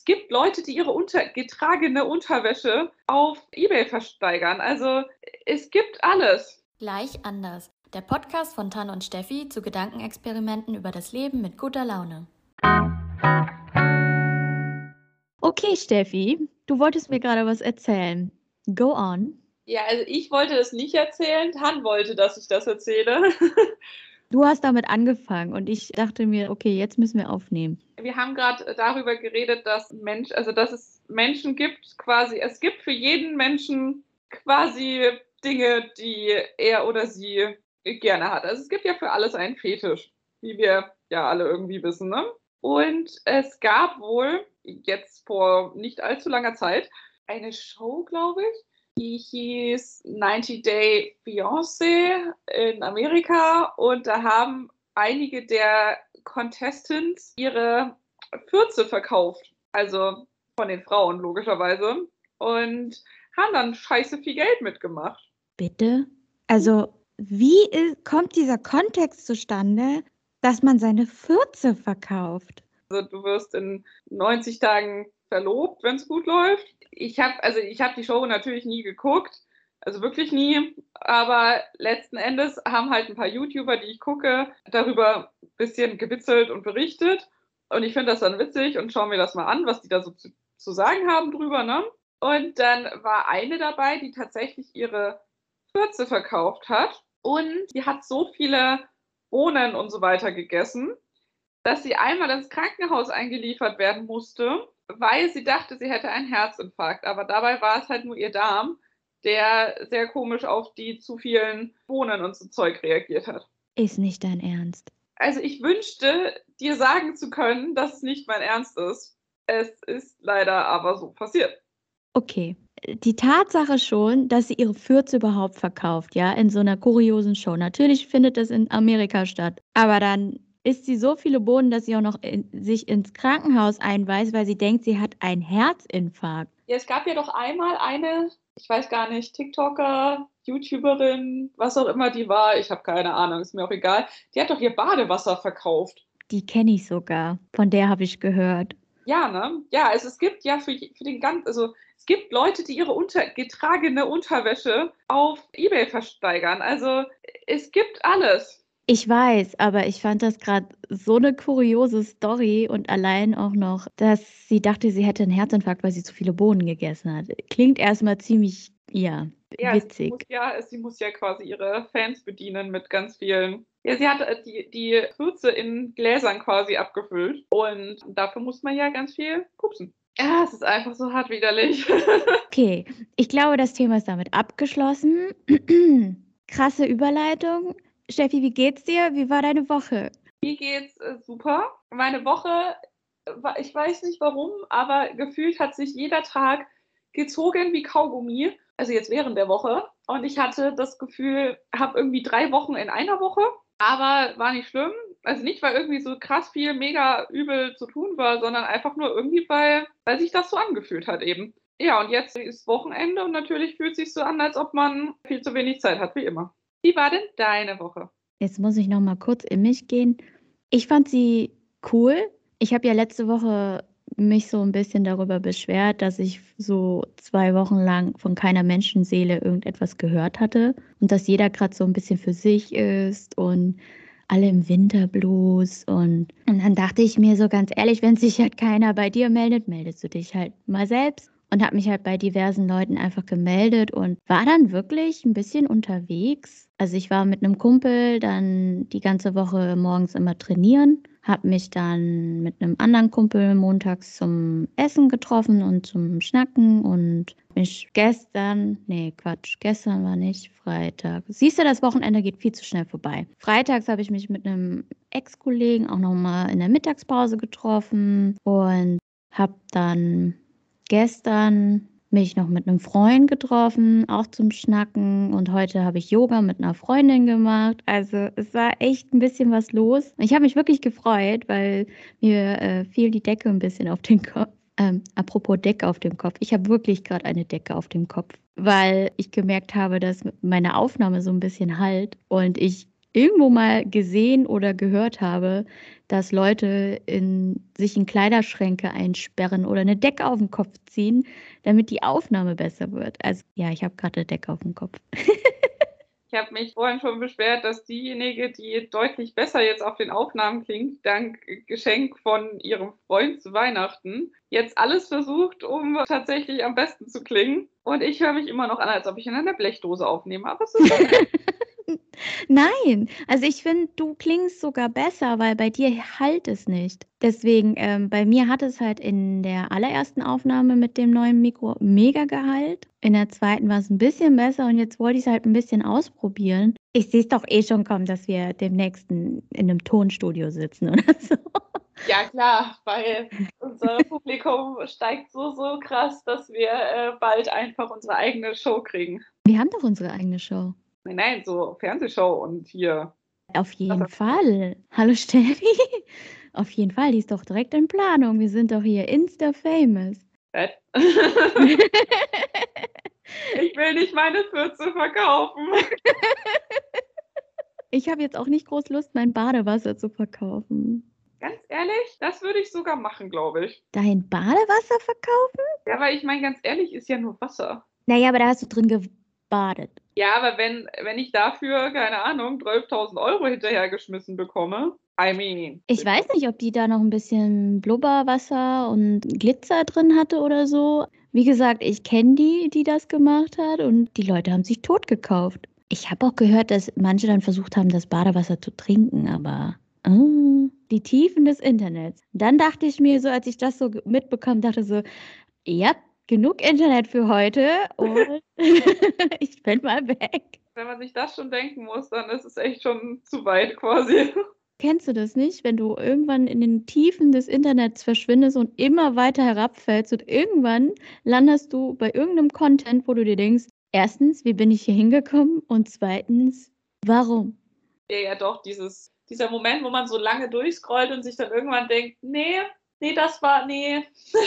gibt Leute, die ihre getragene Unterwäsche auf eBay versteigern. Also es gibt alles. Gleich anders. Der Podcast von Tan und Steffi zu Gedankenexperimenten über das Leben mit guter Laune. Okay, Steffi, du wolltest mir gerade was erzählen. Go on. Ja, also ich wollte das nicht erzählen. Tan wollte, dass ich das erzähle. Du hast damit angefangen und ich dachte mir, okay, jetzt müssen wir aufnehmen. Wir haben gerade darüber geredet, dass es Menschen gibt, quasi, es gibt für jeden Menschen quasi Dinge, die er oder sie gerne hat. Also es gibt ja für alles einen Fetisch, wie wir ja alle irgendwie wissen, ne? Und es gab wohl jetzt vor nicht allzu langer Zeit eine Show, glaube ich, die hieß 90 Day Fiancé in Amerika und da haben einige der Contestants ihre Fürze verkauft, also von den Frauen logischerweise, und haben dann scheiße viel Geld mitgemacht. Bitte? Also, wie kommt dieser Kontext zustande, dass man seine Fürze verkauft? Also du wirst in 90 Tagen verlobt, wenn es gut läuft. Ich habe die Show natürlich nie geguckt, also wirklich nie, aber letzten Endes haben halt ein paar YouTuber, die ich gucke, darüber ein bisschen gewitzelt und berichtet und ich finde das dann witzig und schaue mir das mal an, was die da so zu sagen haben drüber, ne? Und dann war eine dabei, die tatsächlich ihre Fürze verkauft hat und sie hat so viele Bohnen und so weiter gegessen, dass sie einmal ins Krankenhaus eingeliefert werden musste, weil sie dachte, sie hätte einen Herzinfarkt. Aber dabei war es halt nur ihr Darm, der sehr komisch auf die zu vielen Bohnen und so Zeug reagiert hat. Ist nicht dein Ernst. Also ich wünschte, dir sagen zu können, dass es nicht mein Ernst ist. Es ist leider aber so passiert. Okay. Die Tatsache schon, dass sie ihre Fürze überhaupt verkauft, ja, in so einer kuriosen Show. Natürlich findet das in Amerika statt. Aber dann isst sie so viele Bohnen, dass sie auch noch sich ins Krankenhaus einweist, weil sie denkt, sie hat einen Herzinfarkt. Ja, es gab ja doch einmal eine, ich weiß gar nicht, TikToker, YouTuberin, was auch immer die war, ich habe keine Ahnung, ist mir auch egal. Die hat doch ihr Badewasser verkauft. Die kenne ich sogar. Von der habe ich gehört. Ja, ne? Ja, also es gibt ja für den ganzen, also es gibt Leute, die ihre getragene Unterwäsche auf eBay versteigern. Also es gibt alles. Ich weiß, aber ich fand das gerade so eine kuriose Story und allein auch noch, dass sie dachte, sie hätte einen Herzinfarkt, weil sie zu viele Bohnen gegessen hat. Klingt erstmal ziemlich, witzig. Sie muss ja quasi ihre Fans bedienen mit ganz vielen. Ja, sie hat die Würze in Gläsern quasi abgefüllt und dafür muss man ja ganz viel pupsen. Ja, es ist einfach so hart widerlich. Okay, ich glaube, das Thema ist damit abgeschlossen. Krasse Überleitung. Steffi, wie geht's dir? Wie war deine Woche? Mir geht's super. Meine Woche, ich weiß nicht warum, aber gefühlt hat sich jeder Tag gezogen wie Kaugummi. Also jetzt während der Woche. Und ich hatte das Gefühl, habe irgendwie 3 Wochen in einer Woche. Aber war nicht schlimm. Also nicht, weil irgendwie so krass viel mega übel zu tun war, sondern einfach nur irgendwie, weil sich das so angefühlt hat eben. Ja, und jetzt ist Wochenende und natürlich fühlt es sich so an, als ob man viel zu wenig Zeit hat, wie immer. Wie war denn deine Woche? Jetzt muss ich noch mal kurz in mich gehen. Ich fand sie cool. Ich habe ja letzte Woche mich so ein bisschen darüber beschwert, dass ich so 2 Wochen lang von keiner Menschenseele irgendetwas gehört hatte und dass jeder gerade so ein bisschen für sich ist und alle im Winterblues und dann dachte ich mir so ganz ehrlich, wenn sich halt keiner bei dir meldet, meldest du dich halt mal selbst. Und habe mich halt bei diversen Leuten einfach gemeldet und war dann wirklich ein bisschen unterwegs. Also ich war mit einem Kumpel dann die ganze Woche morgens immer trainieren, habe mich dann mit einem anderen Kumpel montags zum Essen getroffen und zum Schnacken und gestern war nicht, Freitag. Siehst du, das Wochenende geht viel zu schnell vorbei. Freitags habe ich mich mit einem Ex-Kollegen auch nochmal in der Mittagspause getroffen und habe dann gestern mich noch mit einem Freund getroffen, auch zum Schnacken. Und heute habe ich Yoga mit einer Freundin gemacht. Also es war echt ein bisschen was los. Ich habe mich wirklich gefreut, weil mir fiel die Decke ein bisschen auf den Kopf. Apropos Decke auf dem Kopf. Ich habe wirklich gerade eine Decke auf dem Kopf, weil ich gemerkt habe, dass meine Aufnahme so ein bisschen halt und ich irgendwo mal gesehen oder gehört habe, dass Leute sich in Kleiderschränke einsperren oder eine Decke auf den Kopf ziehen, damit die Aufnahme besser wird. Also ja, ich habe gerade eine Decke auf dem Kopf. Ich habe mich vorhin schon beschwert, dass diejenige, die deutlich besser jetzt auf den Aufnahmen klingt, dank Geschenk von ihrem Freund zu Weihnachten, jetzt alles versucht, um tatsächlich am besten zu klingen. Und ich höre mich immer noch an, als ob ich in einer Blechdose aufnehme. Aber es ist okay. Nein, also ich finde, du klingst sogar besser, weil bei dir halt es nicht. Deswegen, bei mir hat es halt in der allerersten Aufnahme mit dem neuen Mikro mega gehallt. In der zweiten war es ein bisschen besser und jetzt wollte ich es halt ein bisschen ausprobieren. Ich sehe es doch eh schon kommen, dass wir demnächst in einem Tonstudio sitzen oder so. Ja, klar, weil unser Publikum steigt so krass, dass wir bald einfach unsere eigene Show kriegen. Wir haben doch unsere eigene Show. Nein, so Fernsehshow und hier. Auf jeden Fall. Hallo Steffi. Auf jeden Fall, die ist doch direkt in Planung. Wir sind doch hier Insta-famous. Ich will nicht meine Pfütze verkaufen. Ich habe jetzt auch nicht groß Lust, mein Badewasser zu verkaufen. Ganz ehrlich, das würde ich sogar machen, glaube ich. Dein Badewasser verkaufen? Ja, weil ich meine, ganz ehrlich, ist ja nur Wasser. Naja, aber da hast du drin gebadet. Ja, aber wenn ich dafür, keine Ahnung, 12.000 € hinterhergeschmissen bekomme, I mean. Ich weiß nicht, ob die da noch ein bisschen Blubberwasser und Glitzer drin hatte oder so. Wie gesagt, ich kenne die das gemacht hat und die Leute haben sich tot gekauft. Ich habe auch gehört, dass manche dann versucht haben, das Badewasser zu trinken, aber die Tiefen des Internets. Dann dachte ich mir so, als ich das so mitbekommen, dachte so, ja, genug Internet für heute und ich bin mal weg. Wenn man sich das schon denken muss, dann ist es echt schon zu weit quasi. Kennst du das nicht, wenn du irgendwann in den Tiefen des Internets verschwindest und immer weiter herabfällst und irgendwann landest du bei irgendeinem Content, wo du dir denkst, erstens, wie bin ich hier hingekommen und zweitens, warum? Ja, doch, dieser Moment, wo man so lange durchscrollt und sich dann irgendwann denkt, nee, nee.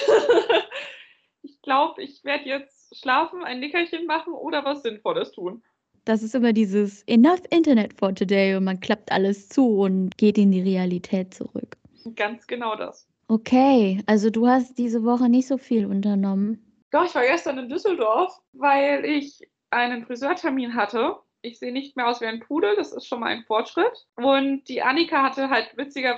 Ich glaube, ich werde jetzt schlafen, ein Nickerchen machen oder was Sinnvolles tun. Das ist immer dieses Enough Internet for today und man klappt alles zu und geht in die Realität zurück. Ganz genau das. Okay, also du hast diese Woche nicht so viel unternommen. Doch, ich war gestern in Düsseldorf, weil ich einen Friseurtermin hatte. Ich sehe nicht mehr aus wie ein Pudel, das ist schon mal ein Fortschritt. Und die Annika hatte halt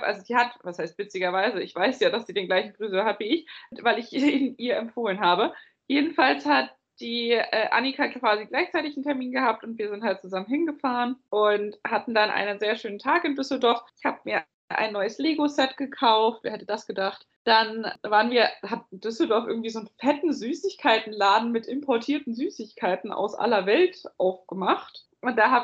was heißt witzigerweise, ich weiß ja, dass sie den gleichen Friseur hat wie ich, weil ich ihn ihr empfohlen habe. Jedenfalls hat die Annika quasi gleichzeitig einen Termin gehabt und wir sind halt zusammen hingefahren und hatten dann einen sehr schönen Tag in Düsseldorf. Ich habe mir ein neues Lego-Set gekauft, wer hätte das gedacht? Dann hat Düsseldorf irgendwie so einen fetten Süßigkeitenladen mit importierten Süßigkeiten aus aller Welt aufgemacht. Und da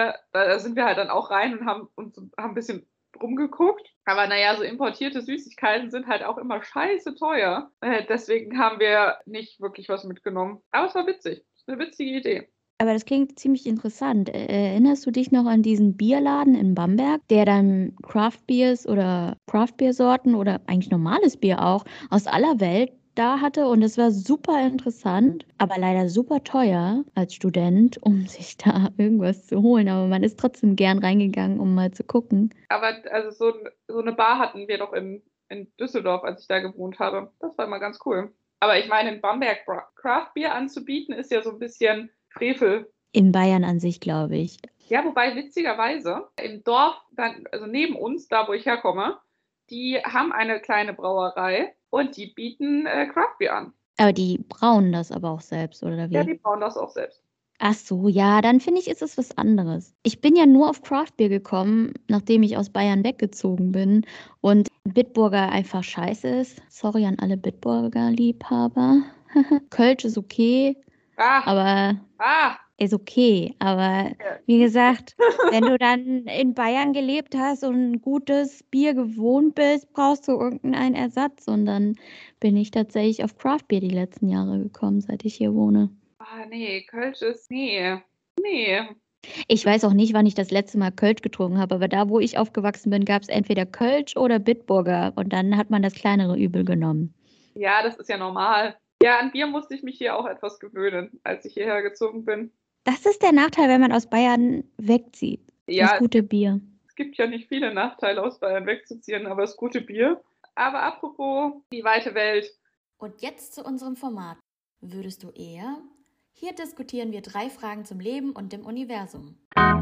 sind wir halt dann auch rein und haben ein bisschen rumgeguckt. Aber naja, so importierte Süßigkeiten sind halt auch immer scheiße teuer. Deswegen haben wir nicht wirklich was mitgenommen. Aber es war witzig. Eine witzige Idee. Aber das klingt ziemlich interessant. Erinnerst du dich noch an diesen Bierladen in Bamberg, der dann Craft Beers oder Craft Beer Sorten oder eigentlich normales Bier auch aus aller Welt da hatte? Und es war super interessant, aber leider super teuer als Student, um sich da irgendwas zu holen. Aber man ist trotzdem gern reingegangen, um mal zu gucken. Aber also so eine Bar hatten wir doch in Düsseldorf, als ich da gewohnt habe. Das war immer ganz cool. Aber ich meine, in Bamberg Craft Beer anzubieten, ist ja so ein bisschen Frevel. In Bayern an sich, glaube ich. Ja, wobei witzigerweise im Dorf, also neben uns, da wo ich herkomme, die haben eine kleine Brauerei und die bieten Craft Beer an. Aber die brauen das aber auch selbst, oder wie? Ja, die brauen das auch selbst. Ach so, ja, dann finde ich, ist es was anderes. Ich bin ja nur auf Craft Beer gekommen, nachdem ich aus Bayern weggezogen bin und Bitburger einfach scheiße ist. Sorry an alle Bitburger-Liebhaber. Kölsch ist okay, aber ist okay. Aber wie gesagt, wenn du dann in Bayern gelebt hast und ein gutes Bier gewohnt bist, brauchst du irgendeinen Ersatz. Und dann bin ich tatsächlich auf Craft Beer die letzten Jahre gekommen, seit ich hier wohne. Nee, Kölsch ist, nee. Ich weiß auch nicht, wann ich das letzte Mal Kölsch getrunken habe, aber da, wo ich aufgewachsen bin, gab es entweder Kölsch oder Bitburger und dann hat man das kleinere Übel genommen. Ja, das ist ja normal. Ja, an Bier musste ich mich hier auch etwas gewöhnen, als ich hierher gezogen bin. Das ist der Nachteil, wenn man aus Bayern wegzieht. Ja, Das gute Bier. es gibt ja nicht viele Nachteile, aus Bayern wegzuziehen, aber das gute Bier. Aber apropos die weite Welt. Und jetzt zu unserem Format. Würdest du eher? Hier diskutieren wir 3 Fragen zum Leben und dem Universum.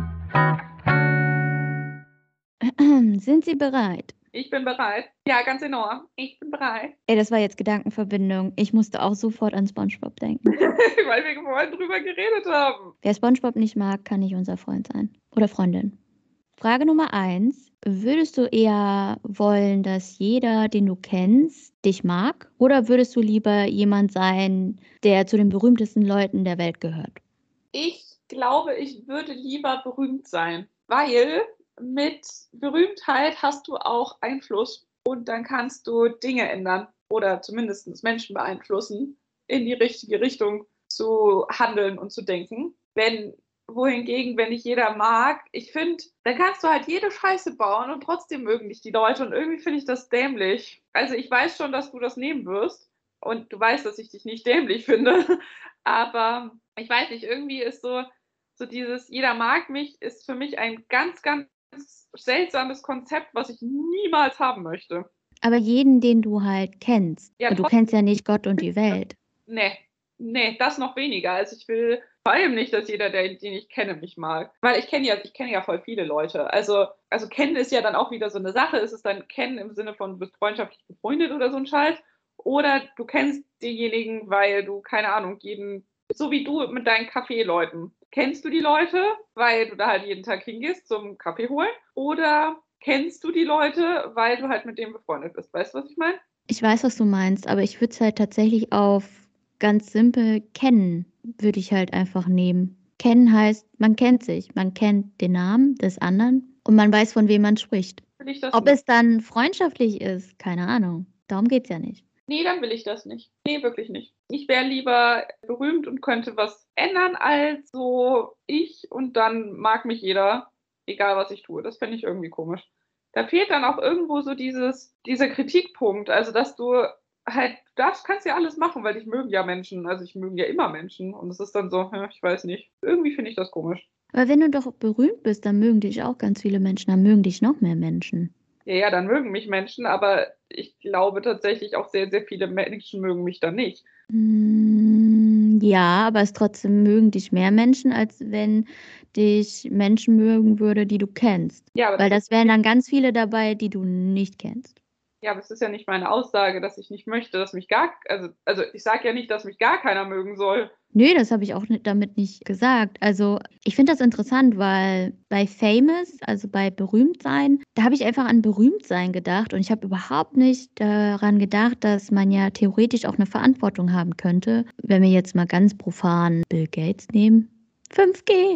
Sind Sie bereit? Ich bin bereit. Ja, ganz enorm. Ich bin bereit. Ey, das war jetzt Gedankenverbindung. Ich musste auch sofort an SpongeBob denken. Weil wir vorhin drüber geredet haben. Wer SpongeBob nicht mag, kann nicht unser Freund sein. Oder Freundin. Frage Nummer 1. Würdest du eher wollen, dass jeder, den du kennst, dich mag? Oder würdest du lieber jemand sein, der zu den berühmtesten Leuten der Welt gehört? Ich glaube, ich würde lieber berühmt sein, weil mit Berühmtheit hast du auch Einfluss und dann kannst du Dinge ändern oder zumindest Menschen beeinflussen, in die richtige Richtung zu handeln und zu denken. Wohingegen, wenn dich jeder mag, ich finde, dann kannst du halt jede Scheiße bauen und trotzdem mögen dich die Leute und irgendwie finde ich das dämlich. Also ich weiß schon, dass du das nehmen wirst und du weißt, dass ich dich nicht dämlich finde, aber ich weiß nicht, irgendwie ist so dieses jeder mag mich ist für mich ein ganz, ganz seltsames Konzept, was ich niemals haben möchte. Aber jeden, den du halt kennst. Ja, Und du trotzdem. kennst ja nicht Gott und die Welt. Nee, das noch weniger. Also ich will vor allem nicht, dass jeder, den ich kenne, mich mag. Weil ich kenne ja voll viele Leute. Also kennen ist ja dann auch wieder so eine Sache. Ist es dann kennen im Sinne von, du bist freundschaftlich befreundet oder so ein Scheiß? Oder du kennst denjenigen, weil du, keine Ahnung, so wie du mit deinen Kaffeeleuten. Kennst du die Leute, weil du da halt jeden Tag hingehst zum Kaffee holen? Oder kennst du die Leute, weil du halt mit denen befreundet bist? Weißt du, was ich meine? Ich weiß, was du meinst, aber ich würde es halt tatsächlich auf ganz simpel kennen, würde ich halt einfach nehmen. Kennen heißt, man kennt sich, man kennt den Namen des anderen und man weiß, von wem man spricht. Will ich das Ob nicht? es dann freundschaftlich ist, keine Ahnung. Darum geht es ja nicht. Nee, dann will ich das nicht. Nee, wirklich nicht. Ich wäre lieber berühmt und könnte was ändern als so ich und dann mag mich jeder, egal was ich tue. Das fände ich irgendwie komisch. Da fehlt dann auch irgendwo so dieser Kritikpunkt, also dass du halt, kannst ja alles machen, weil dich mögen ja Menschen, also ich mögen ja immer Menschen und es ist dann so, ja, ich weiß nicht. Irgendwie finde ich das komisch. Aber wenn du doch berühmt bist, dann mögen dich auch ganz viele Menschen, dann mögen dich noch mehr Menschen. Ja, dann mögen mich Menschen, aber ich glaube tatsächlich auch sehr, sehr viele Menschen mögen mich dann nicht. Ja, aber es trotzdem mögen dich mehr Menschen, als wenn dich Menschen mögen würde, die du kennst. Ja, aber Weil das wären dann ganz viele dabei, die du nicht kennst. Ja, aber es ist ja nicht meine Aussage, dass ich nicht möchte, dass mich also ich sage ja nicht, dass mich gar keiner mögen soll. Nö, das habe ich auch damit nicht gesagt. Also ich finde das interessant, weil bei Famous, also bei Berühmtsein, da habe ich einfach an Berühmtsein gedacht und ich habe überhaupt nicht daran gedacht, dass man ja theoretisch auch eine Verantwortung haben könnte, wenn wir jetzt mal ganz profan Bill Gates nehmen. 5G!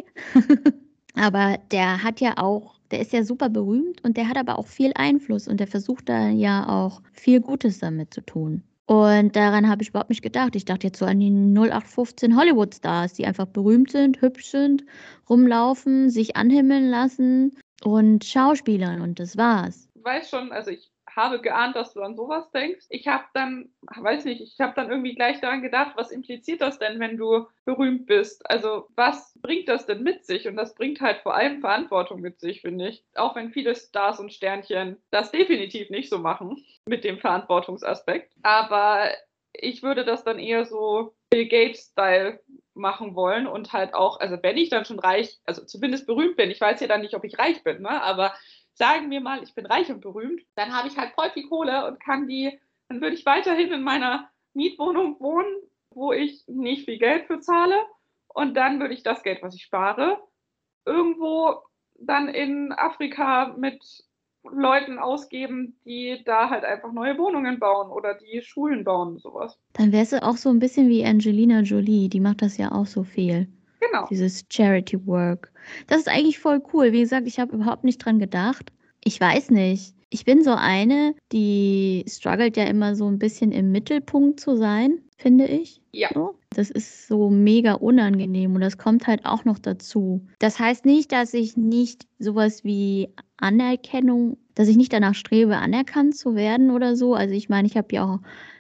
Aber der ist ja super berühmt und der hat aber auch viel Einfluss und der versucht da ja auch viel Gutes damit zu tun. Und daran habe ich überhaupt nicht gedacht. Ich dachte jetzt so an die 0815 Hollywood-Stars, die einfach berühmt sind, hübsch sind, rumlaufen, sich anhimmeln lassen und schauspielern und das war's. Du weißt schon, also ich habe geahnt, dass du an sowas denkst. Ich habe dann irgendwie gleich daran gedacht, was impliziert das denn, wenn du berühmt bist? Also was bringt das denn mit sich? Und das bringt halt vor allem Verantwortung mit sich, finde ich. Auch wenn viele Stars und Sternchen das definitiv nicht so machen mit dem Verantwortungsaspekt. Aber ich würde das dann eher so Bill Gates-Style machen wollen und halt auch, also wenn ich dann schon reich, also zumindest berühmt bin, ich weiß ja dann nicht, ob ich reich bin, ne? Aber sagen wir mal, ich bin reich und berühmt, dann habe ich halt voll viel Kohle und dann würde ich weiterhin in meiner Mietwohnung wohnen, wo ich nicht viel Geld für zahle und dann würde ich das Geld, was ich spare, irgendwo dann in Afrika mit Leuten ausgeben, die da halt einfach neue Wohnungen bauen oder die Schulen bauen und sowas. Dann wärst du auch so ein bisschen wie Angelina Jolie, die macht das ja auch so viel. Genau. Dieses Charity Work. Das ist eigentlich voll cool. Wie gesagt, ich habe überhaupt nicht dran gedacht. Ich weiß nicht. Ich bin so eine, die struggelt ja immer so ein bisschen im Mittelpunkt zu sein, finde ich. Ja. So. Das ist so mega unangenehm und das kommt halt auch noch dazu. Das heißt nicht, dass ich nicht sowas wie Anerkennung, dass ich nicht danach strebe, anerkannt zu werden oder so. Also ich meine, ich habe ja auch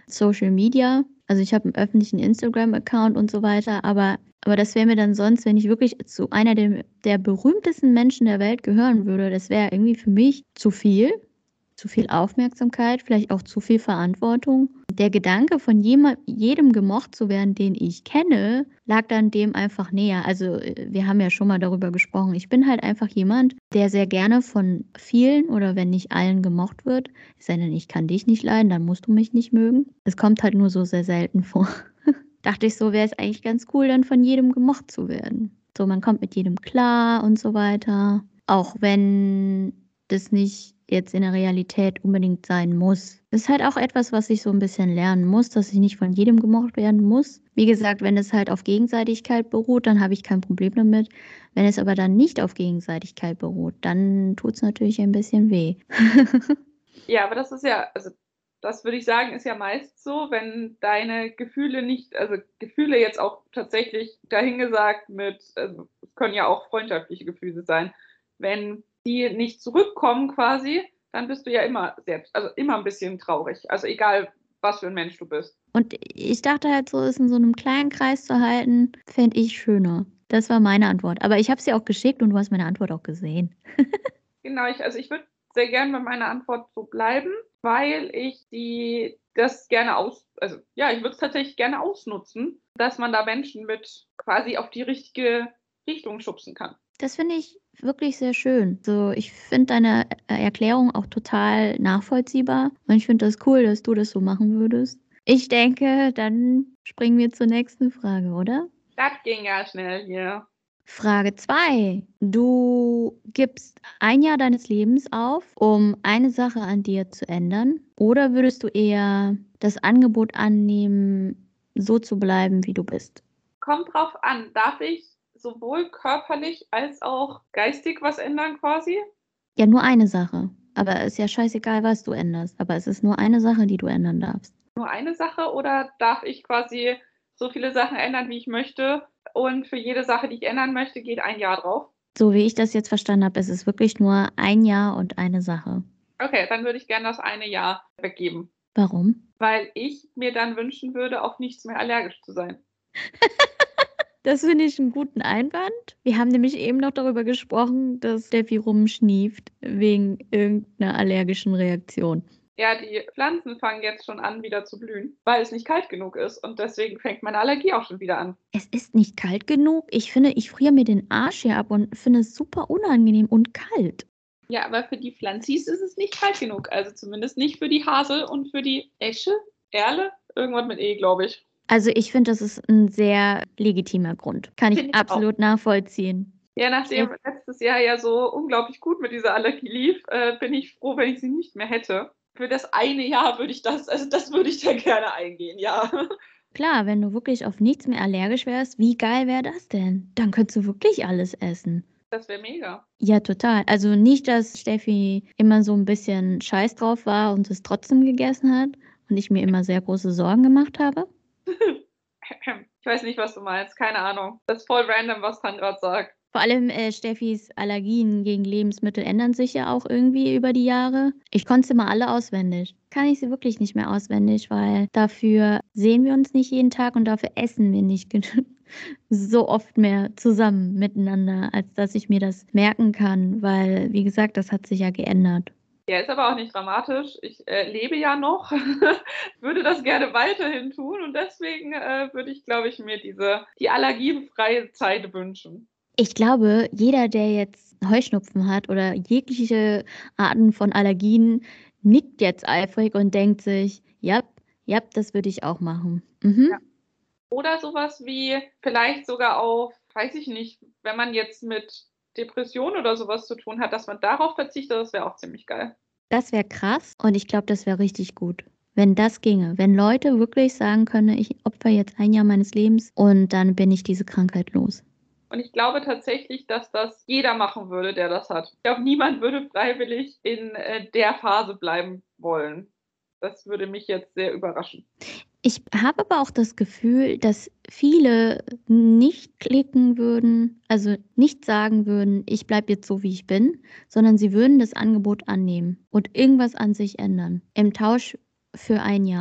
Social Media. Also ich habe einen öffentlichen Instagram-Account und so weiter, aber das wäre mir dann sonst, wenn ich wirklich zu einer der berühmtesten Menschen der Welt gehören würde, das wäre irgendwie für mich zu viel Aufmerksamkeit, vielleicht auch zu viel Verantwortung. Der Gedanke von jedem gemocht zu werden, den ich kenne, lag dann dem einfach näher. Also wir haben ja schon mal darüber gesprochen. Ich bin halt einfach jemand, der sehr gerne von vielen oder wenn nicht allen gemocht wird. Es sei denn, ich kann dich nicht leiden, dann musst du mich nicht mögen. Es kommt halt nur so sehr selten vor. Dachte ich, so wäre es eigentlich ganz cool, dann von jedem gemocht zu werden. So, man kommt mit jedem klar und so weiter. Auch wenn das nicht jetzt in der Realität unbedingt sein muss. Das ist halt auch etwas, was ich so ein bisschen lernen muss, dass ich nicht von jedem gemocht werden muss. Wie gesagt, wenn es halt auf Gegenseitigkeit beruht, dann habe ich kein Problem damit. Wenn es aber dann nicht auf Gegenseitigkeit beruht, dann tut es natürlich ein bisschen weh. Ja, aber das ist ja, also das würde ich sagen, ist ja meist so, wenn deine Gefühle nicht, also Gefühle jetzt auch tatsächlich dahingesagt mit, also es können ja auch freundschaftliche Gefühle sein, wenn die nicht zurückkommen quasi, dann bist du ja immer selbst, also immer ein bisschen traurig. Also egal, was für ein Mensch du bist. Und ich dachte halt so, es in so einem kleinen Kreis zu halten, fände ich schöner. Das war meine Antwort. Aber ich habe sie auch geschickt und du hast meine Antwort auch gesehen. Genau, ich würde sehr gerne bei meiner Antwort so bleiben, weil ich das gerne also ja, ich würde es tatsächlich gerne ausnutzen, dass man da Menschen mit quasi auf die richtige Richtung schubsen kann. Das finde ich wirklich sehr schön. So, ich finde deine Erklärung auch total nachvollziehbar und ich finde das cool, dass du das so machen würdest. Ich denke, dann springen wir zur nächsten Frage, oder? Das ging ja schnell hier. Frage 2. Du gibst ein Jahr deines Lebens auf, um eine Sache an dir zu ändern, oder würdest du eher das Angebot annehmen, so zu bleiben, wie du bist? Kommt drauf an, darf ich sowohl körperlich als auch geistig was ändern quasi? Ja, nur eine Sache. Aber ist ja scheißegal, was du änderst. Aber es ist nur eine Sache, die du ändern darfst. Nur eine Sache oder darf ich quasi so viele Sachen ändern, wie ich möchte? Und für jede Sache, die ich ändern möchte, geht ein Jahr drauf. So wie ich das jetzt verstanden habe, ist es wirklich nur ein Jahr und eine Sache. Okay, dann würde ich gerne das eine Jahr weggeben. Warum? Weil ich mir dann wünschen würde, auf nichts mehr allergisch zu sein. Das finde ich einen guten Einwand. Wir haben nämlich eben noch darüber gesprochen, dass Steffi rumschnieft wegen irgendeiner allergischen Reaktion. Ja, die Pflanzen fangen jetzt schon an, wieder zu blühen, weil es nicht kalt genug ist. Und deswegen fängt meine Allergie auch schon wieder an. Es ist nicht kalt genug. Ich finde, ich friere mir den Arsch hier ab und finde es super unangenehm und kalt. Ja, aber für die Pflanzis ist es nicht kalt genug. Also zumindest nicht für die Hasel und für die Esche, Erle, irgendwas mit E, glaube ich. Also ich finde, das ist ein sehr legitimer Grund. Kann ich Finde ich absolut nachvollziehen. Ja, nachdem letztes Jahr ja so unglaublich gut mit dieser Allergie lief, bin ich froh, wenn ich sie nicht mehr hätte. Für das eine Jahr würde ich das würde ich da gerne eingehen, ja. Klar, wenn du wirklich auf nichts mehr allergisch wärst, wie geil wäre das denn? Dann könntest du wirklich alles essen. Das wäre mega. Ja, total. Also nicht, dass Steffi immer so ein bisschen scheiß drauf war und es trotzdem gegessen hat und ich mir immer sehr große Sorgen gemacht habe. Ich weiß nicht, was du meinst. Keine Ahnung. Das ist voll random, was Tan gerade sagt. Vor allem Steffis Allergien gegen Lebensmittel ändern sich ja auch irgendwie über die Jahre. Ich konnte sie mal alle auswendig. Kann ich sie wirklich nicht mehr auswendig, weil dafür sehen wir uns nicht jeden Tag und dafür essen wir nicht so oft mehr zusammen miteinander, als dass ich mir das merken kann, weil, wie gesagt, das hat sich ja geändert. Ja, ist aber auch nicht dramatisch. Ich lebe ja noch, würde das gerne weiterhin tun und deswegen würde ich, glaube ich, mir die allergiefreie Zeit wünschen. Ich glaube, jeder, der jetzt Heuschnupfen hat oder jegliche Arten von Allergien, nickt jetzt eifrig und denkt sich, ja, das würde ich auch machen. Mhm. Ja. Oder sowas wie vielleicht sogar auf, weiß ich nicht, wenn man jetzt mit Depression oder sowas zu tun hat, dass man darauf verzichtet, das wäre auch ziemlich geil. Das wäre krass und ich glaube, das wäre richtig gut. Wenn das ginge, wenn Leute wirklich sagen können, ich opfer jetzt ein Jahr meines Lebens und dann bin ich diese Krankheit los. Und ich glaube tatsächlich, dass das jeder machen würde, der das hat. Ich glaube, niemand würde freiwillig in der Phase bleiben wollen. Das würde mich jetzt sehr überraschen. Ich habe aber auch das Gefühl, dass viele nicht klicken würden, also nicht sagen würden, ich bleibe jetzt so, wie ich bin, sondern sie würden das Angebot annehmen und irgendwas an sich ändern. Im Tausch für ein Jahr.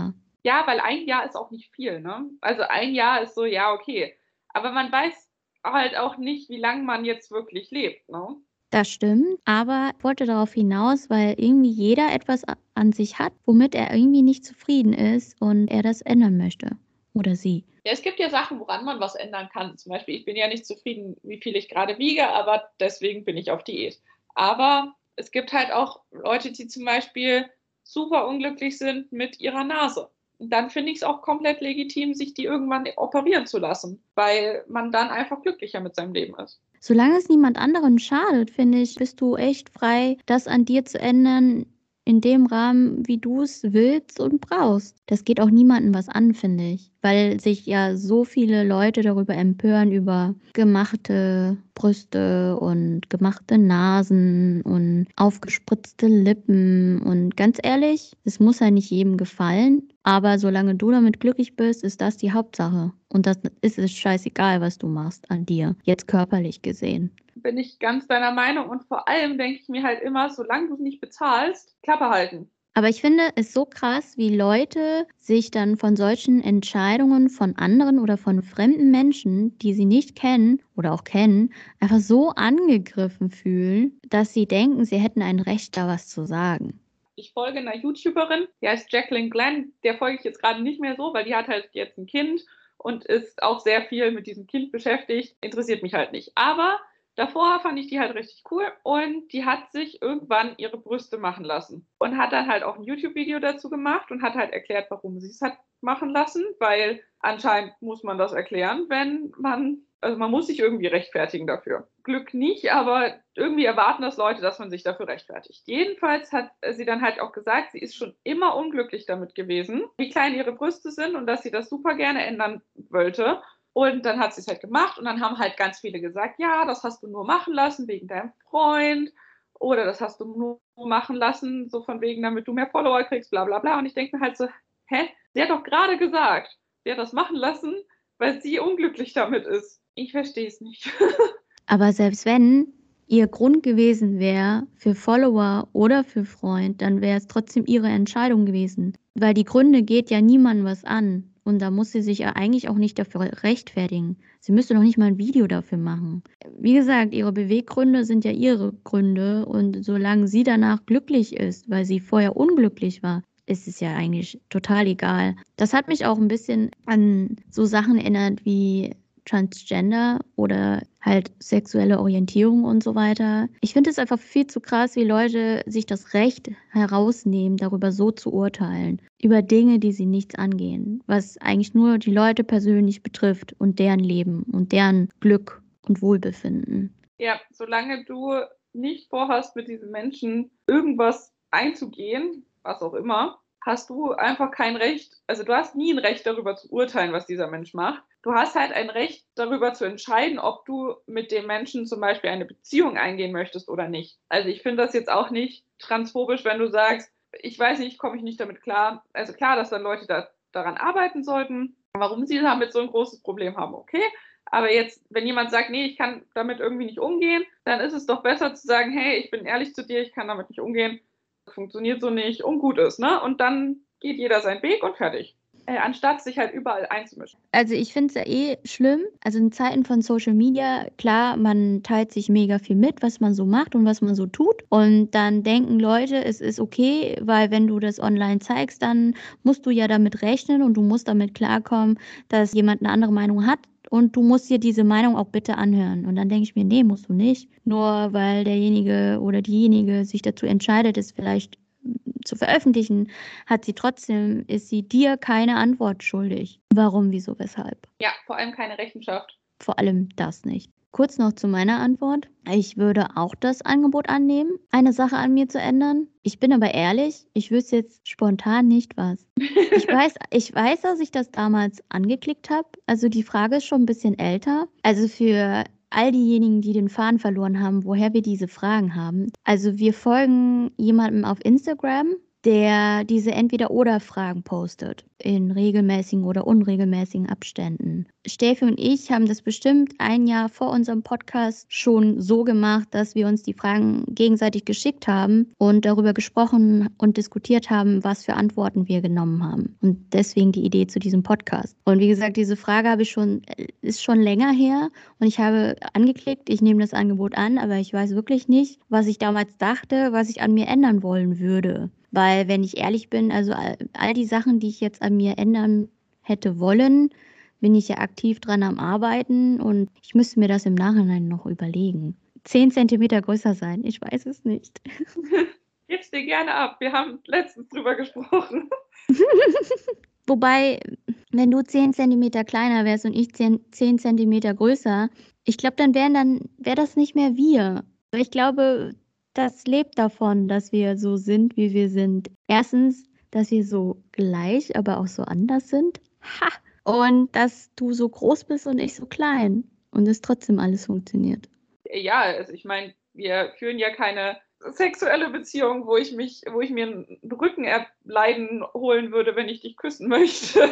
Ja, weil ein Jahr ist auch nicht viel, ne? Also ein Jahr ist so, ja, okay. Aber man weiß halt auch nicht, wie lange man jetzt wirklich lebt, ne? Das stimmt, aber ich wollte darauf hinaus, weil irgendwie jeder etwas an sich hat, womit er irgendwie nicht zufrieden ist und er das ändern möchte. Oder sie. Ja, es gibt ja Sachen, woran man was ändern kann. Zum Beispiel, ich bin ja nicht zufrieden, wie viel ich gerade wiege, aber deswegen bin ich auf Diät. Aber es gibt halt auch Leute, die zum Beispiel super unglücklich sind mit ihrer Nase. Und dann finde ich es auch komplett legitim, sich die irgendwann operieren zu lassen, weil man dann einfach glücklicher mit seinem Leben ist. Solange es niemand anderen schadet, finde ich, bist du echt frei, das an dir zu ändern, in dem Rahmen, wie du es willst und brauchst. Das geht auch niemandem was an, finde ich, weil sich ja so viele Leute darüber empören, über gemachte Brüste und gemachte Nasen und aufgespritzte Lippen. Und ganz ehrlich, es muss ja nicht jedem gefallen, aber solange du damit glücklich bist, ist das die Hauptsache. Und das ist es scheißegal, was du machst an dir, jetzt körperlich gesehen. Bin ich ganz deiner Meinung und vor allem denke ich mir halt immer, solange du es nicht bezahlst, Klappe halten. Aber ich finde es so krass, wie Leute sich dann von solchen Entscheidungen von anderen oder von fremden Menschen, die sie nicht kennen oder auch kennen, einfach so angegriffen fühlen, dass sie denken, sie hätten ein Recht, da was zu sagen. Ich folge einer YouTuberin, die heißt Jacqueline Glenn, der folge ich jetzt gerade nicht mehr so, weil die hat halt jetzt ein Kind und ist auch sehr viel mit diesem Kind beschäftigt. Interessiert mich halt nicht. Aber davor fand ich die halt richtig cool und die hat sich irgendwann ihre Brüste machen lassen und hat dann halt auch ein YouTube-Video dazu gemacht und hat halt erklärt, warum sie es hat machen lassen, weil anscheinend muss man das erklären, wenn man, also man muss sich irgendwie rechtfertigen dafür. Glück nicht, aber irgendwie erwarten das Leute, dass man sich dafür rechtfertigt. Jedenfalls hat sie dann halt auch gesagt, sie ist schon immer unglücklich damit gewesen, wie klein ihre Brüste sind und dass sie das super gerne ändern wollte. Und dann hat sie es halt gemacht und dann haben halt ganz viele gesagt, ja, das hast du nur machen lassen wegen deinem Freund oder das hast du nur machen lassen, so von wegen, damit du mehr Follower kriegst, bla bla bla. Und ich denke mir halt so, hä? Sie hat doch gerade gesagt, sie hat das machen lassen, weil sie unglücklich damit ist. Ich verstehe es nicht. Aber selbst wenn ihr Grund gewesen wäre für Follower oder für Freund, dann wäre es trotzdem ihre Entscheidung gewesen. Weil die Gründe geht ja niemandem was an. Und da muss sie sich ja eigentlich auch nicht dafür rechtfertigen. Sie müsste noch nicht mal ein Video dafür machen. Wie gesagt, ihre Beweggründe sind ja ihre Gründe. Und solange sie danach glücklich ist, weil sie vorher unglücklich war, ist es ja eigentlich total egal. Das hat mich auch ein bisschen an so Sachen erinnert wie Transgender oder halt sexuelle Orientierung und so weiter. Ich finde es einfach viel zu krass, wie Leute sich das Recht herausnehmen, darüber so zu urteilen. Über Dinge, die sie nichts angehen. Was eigentlich nur die Leute persönlich betrifft und deren Leben und deren Glück und Wohlbefinden. Ja, solange du nicht vorhast, mit diesen Menschen irgendwas einzugehen, was auch immer, hast du einfach kein Recht, also du hast nie ein Recht darüber zu urteilen, was dieser Mensch macht. Du hast halt ein Recht darüber zu entscheiden, ob du mit dem Menschen zum Beispiel eine Beziehung eingehen möchtest oder nicht. Also ich finde das jetzt auch nicht transphobisch, wenn du sagst, ich weiß nicht, komme ich nicht damit klar. Also klar, dass dann Leute daran arbeiten sollten. Warum sie damit so ein großes Problem haben, okay. Aber jetzt, wenn jemand sagt, nee, ich kann damit irgendwie nicht umgehen, dann ist es doch besser zu sagen, hey, ich bin ehrlich zu dir, ich kann damit nicht umgehen, funktioniert so nicht und gut ist, ne? Und dann geht jeder seinen Weg und fertig. Anstatt sich halt überall einzumischen. Also ich finde es ja eh schlimm. Also in Zeiten von Social Media, klar, man teilt sich mega viel mit, was man so macht und was man so tut. Und dann denken Leute, es ist okay, weil wenn du das online zeigst, dann musst du ja damit rechnen und du musst damit klarkommen, dass jemand eine andere Meinung hat. Und du musst dir diese Meinung auch bitte anhören. Und dann denke ich mir, nee, musst du nicht. Nur weil derjenige oder diejenige sich dazu entscheidet, es vielleicht zu veröffentlichen, ist sie dir keine Antwort schuldig. Warum, wieso, weshalb? Ja, vor allem keine Rechenschaft. Vor allem das nicht. Kurz noch zu meiner Antwort. Ich würde auch das Angebot annehmen, eine Sache an mir zu ändern. Ich bin aber ehrlich, ich wüsste jetzt spontan nicht was. Ich weiß, dass ich das damals angeklickt habe. Also die Frage ist schon ein bisschen älter. Also für all diejenigen, die den Faden verloren haben, woher wir diese Fragen haben. Also wir folgen jemandem auf Instagram, der diese Entweder-oder-Fragen postet, in regelmäßigen oder unregelmäßigen Abständen. Steffi und ich haben das bestimmt ein Jahr vor unserem Podcast schon so gemacht, dass wir uns die Fragen gegenseitig geschickt haben und darüber gesprochen und diskutiert haben, was für Antworten wir genommen haben. Und deswegen die Idee zu diesem Podcast. Und wie gesagt, diese Frage ist schon länger her und ich habe angeklickt, ich nehme das Angebot an, aber ich weiß wirklich nicht, was ich damals dachte, was ich an mir ändern wollen würde. Weil, wenn ich ehrlich bin, also all die Sachen, die ich jetzt an mir ändern hätte wollen, bin ich ja aktiv dran am Arbeiten und ich müsste mir das im Nachhinein noch überlegen. 10 Zentimeter größer sein, ich weiß es nicht. Gib's dir gerne ab. Wir haben letztens drüber gesprochen. Wobei, wenn du 10 Zentimeter kleiner wärst und ich 10 Zentimeter größer, ich glaube, dann wäre das nicht mehr wir. Aber ich glaube, das lebt davon, dass wir so sind, wie wir sind. Erstens, dass wir so gleich, aber auch so anders sind. Ha! Und dass du so groß bist und ich so klein. Und es trotzdem alles funktioniert. Ja, also ich meine, wir führen ja keine sexuelle Beziehung, wo ich mir einen Rückenleiden holen würde, wenn ich dich küssen möchte.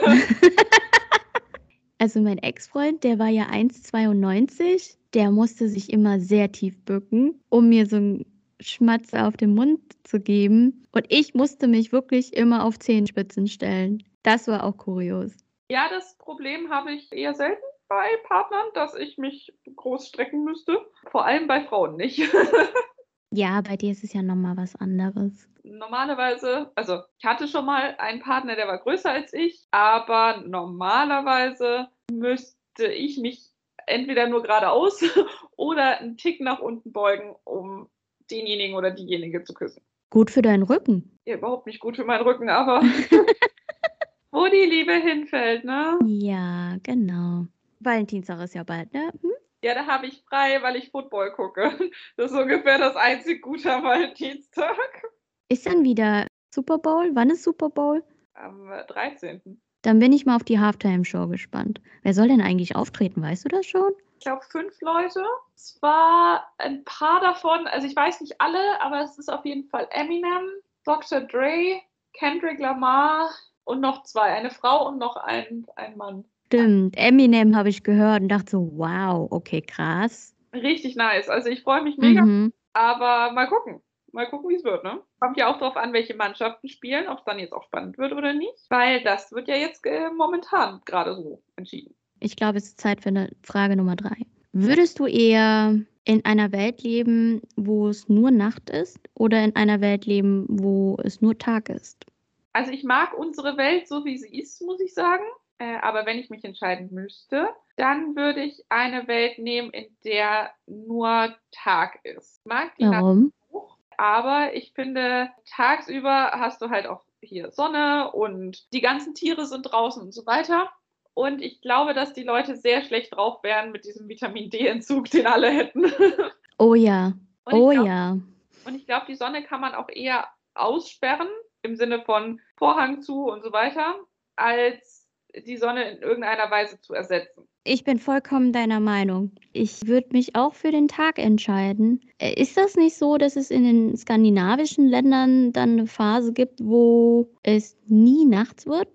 Also mein Ex-Freund, der war ja 1,92. Der musste sich immer sehr tief bücken, um mir so einen Schmatzer auf den Mund zu geben. Und ich musste mich wirklich immer auf Zehenspitzen stellen. Das war auch kurios. Ja, das Problem habe ich eher selten bei Partnern, dass ich mich groß strecken müsste. Vor allem bei Frauen nicht. Ja, bei dir ist es ja nochmal was anderes. Normalerweise, also ich hatte schon mal einen Partner, der war größer als ich, aber normalerweise müsste ich mich entweder nur geradeaus oder einen Tick nach unten beugen, um denjenigen oder diejenige zu küssen. Gut für deinen Rücken. Ja, überhaupt nicht gut für meinen Rücken, aber wo die Liebe hinfällt, ne? Ja, genau. Valentinstag ist ja bald, ne? Ja, da habe ich frei, weil ich Football gucke. Das ist ungefähr das einzig Gute am Valentinstag. Ist dann wieder Super Bowl? Wann ist Super Bowl? Am 13. Dann bin ich mal auf die Halftime-Show gespannt. Wer soll denn eigentlich auftreten? Weißt du das schon? Ich glaube 5 Leute. Zwar ein paar davon, also ich weiß nicht alle, aber es ist auf jeden Fall Eminem, Dr. Dre, Kendrick Lamar und noch 2. Eine Frau und noch ein Mann. Stimmt, Eminem habe ich gehört und dachte so, wow, okay, krass. Richtig nice. Also ich freue mich mega, Mhm. aber mal gucken. Mal gucken, wie es wird, ne? Kommt ja auch darauf an, welche Mannschaften spielen, ob es dann jetzt auch spannend wird oder nicht. Weil das wird ja jetzt momentan gerade so entschieden. Ich glaube, es ist Zeit für eine Frage Nummer 3. Würdest du eher in einer Welt leben, wo es nur Nacht ist oder in einer Welt leben, wo es nur Tag ist? Also ich mag unsere Welt so, wie sie ist, muss ich sagen. Aber wenn ich mich entscheiden müsste, dann würde ich eine Welt nehmen, in der nur Tag ist. Ich mag die Nacht Warum? auch, aber ich finde, tagsüber hast du halt auch hier Sonne und die ganzen Tiere sind draußen und so weiter. Und ich glaube, dass die Leute sehr schlecht drauf wären mit diesem Vitamin D-Entzug, den alle hätten. Oh ja, Und oh ich glaub, ja. Und ich glaube, die Sonne kann man auch eher aussperren, im Sinne von Vorhang zu und so weiter, als die Sonne in irgendeiner Weise zu ersetzen. Ich bin vollkommen deiner Meinung. Ich würde mich auch für den Tag entscheiden. Ist das nicht so, dass es in den skandinavischen Ländern dann eine Phase gibt, wo es nie nachts wird?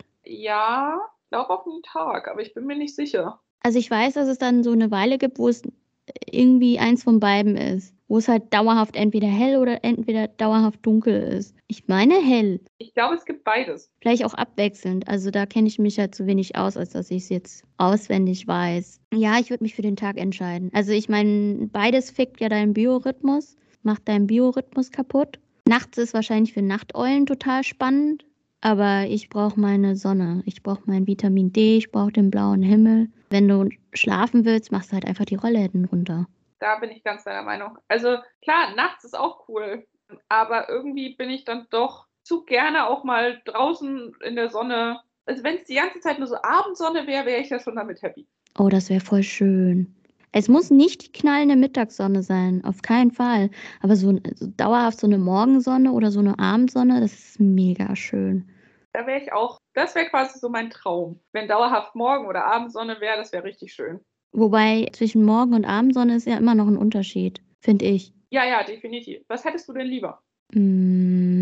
Ja, ich glaube auch nie Tag, aber ich bin mir nicht sicher. Also ich weiß, dass es dann so eine Weile gibt, wo es irgendwie eins von beiden ist. Wo es halt dauerhaft entweder hell oder entweder dauerhaft dunkel ist. Ich meine hell. Ich glaube, es gibt beides. Vielleicht auch abwechselnd. Also da kenne ich mich halt zu wenig aus, als dass ich es jetzt auswendig weiß. Ja, ich würde mich für den Tag entscheiden. Also ich meine, beides fickt ja deinen Biorhythmus, macht deinen Biorhythmus kaputt. Nachts ist wahrscheinlich für Nachteulen total spannend. Aber ich brauche meine Sonne. Ich brauche mein Vitamin D. Ich brauche den blauen Himmel. Wenn du schlafen willst, machst du halt einfach die Rollläden runter. Da bin ich ganz deiner Meinung. Also klar, nachts ist auch cool, aber irgendwie bin ich dann doch zu gerne auch mal draußen in der Sonne. Also wenn es die ganze Zeit nur so Abendsonne wäre, wäre ich ja schon damit happy. Oh, das wäre voll schön. Es muss nicht die knallende Mittagssonne sein, auf keinen Fall. Aber so dauerhaft so eine Morgensonne oder so eine Abendsonne, das ist mega schön. Da wäre ich auch, das wäre quasi so mein Traum. Wenn dauerhaft Morgen- oder Abendsonne wäre, das wäre richtig schön. Wobei zwischen Morgen- und Abendsonne ist ja immer noch ein Unterschied, finde ich. Ja, definitiv. Was hättest du denn lieber?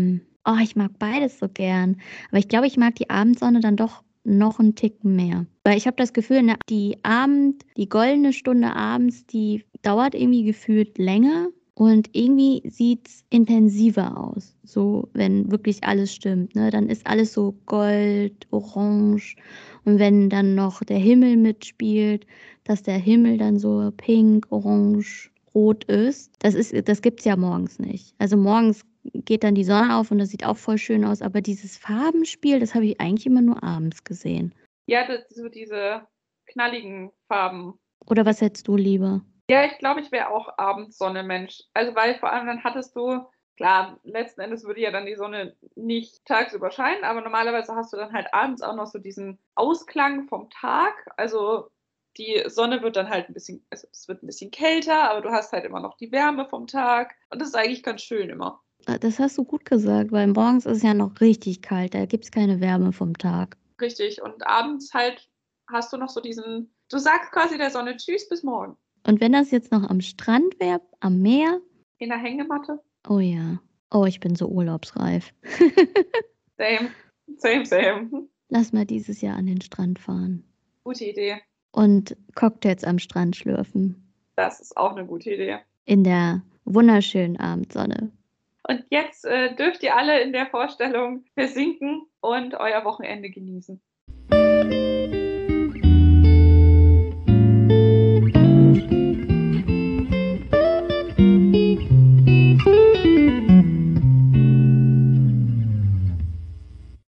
Oh, ich mag beides so gern. Aber ich glaube, ich mag die Abendsonne dann doch noch einen Ticken mehr. Weil ich habe das Gefühl, die goldene Stunde abends, die dauert irgendwie gefühlt länger und irgendwie sieht es intensiver aus. So, wenn wirklich alles stimmt, ne? Dann ist alles so Gold, Orange. Und wenn dann noch der Himmel mitspielt, dass der Himmel dann so pink, orange, rot ist, das gibt es ja morgens nicht. Also morgens geht dann die Sonne auf und das sieht auch voll schön aus, aber dieses Farbenspiel, das habe ich eigentlich immer nur abends gesehen. Ja, so diese knalligen Farben. Oder was hättest du lieber? Ja, ich glaube, ich wäre auch Abendsonne-Mensch. Also weil vor allem dann hattest du, klar, letzten Endes würde ja dann die Sonne nicht tagsüber scheinen, aber normalerweise hast du dann halt abends auch noch so diesen Ausklang vom Tag. Also die Sonne wird dann halt ein bisschen, also es wird ein bisschen kälter, aber du hast halt immer noch die Wärme vom Tag. Und das ist eigentlich ganz schön immer. Das hast du gut gesagt, weil morgens ist es ja noch richtig kalt, da gibt es keine Wärme vom Tag. Richtig. Und abends halt hast du noch so diesen, du sagst quasi der Sonne Tschüss bis morgen. Und wenn das jetzt noch am Strand wäre, am Meer? In der Hängematte. Oh ja. Oh, ich bin so urlaubsreif. Same, same, same. Lass mal dieses Jahr an den Strand fahren. Gute Idee. Und Cocktails am Strand schlürfen. Das ist auch eine gute Idee. In der wunderschönen Abendsonne. Und jetzt dürft ihr alle in der Vorstellung versinken und euer Wochenende genießen.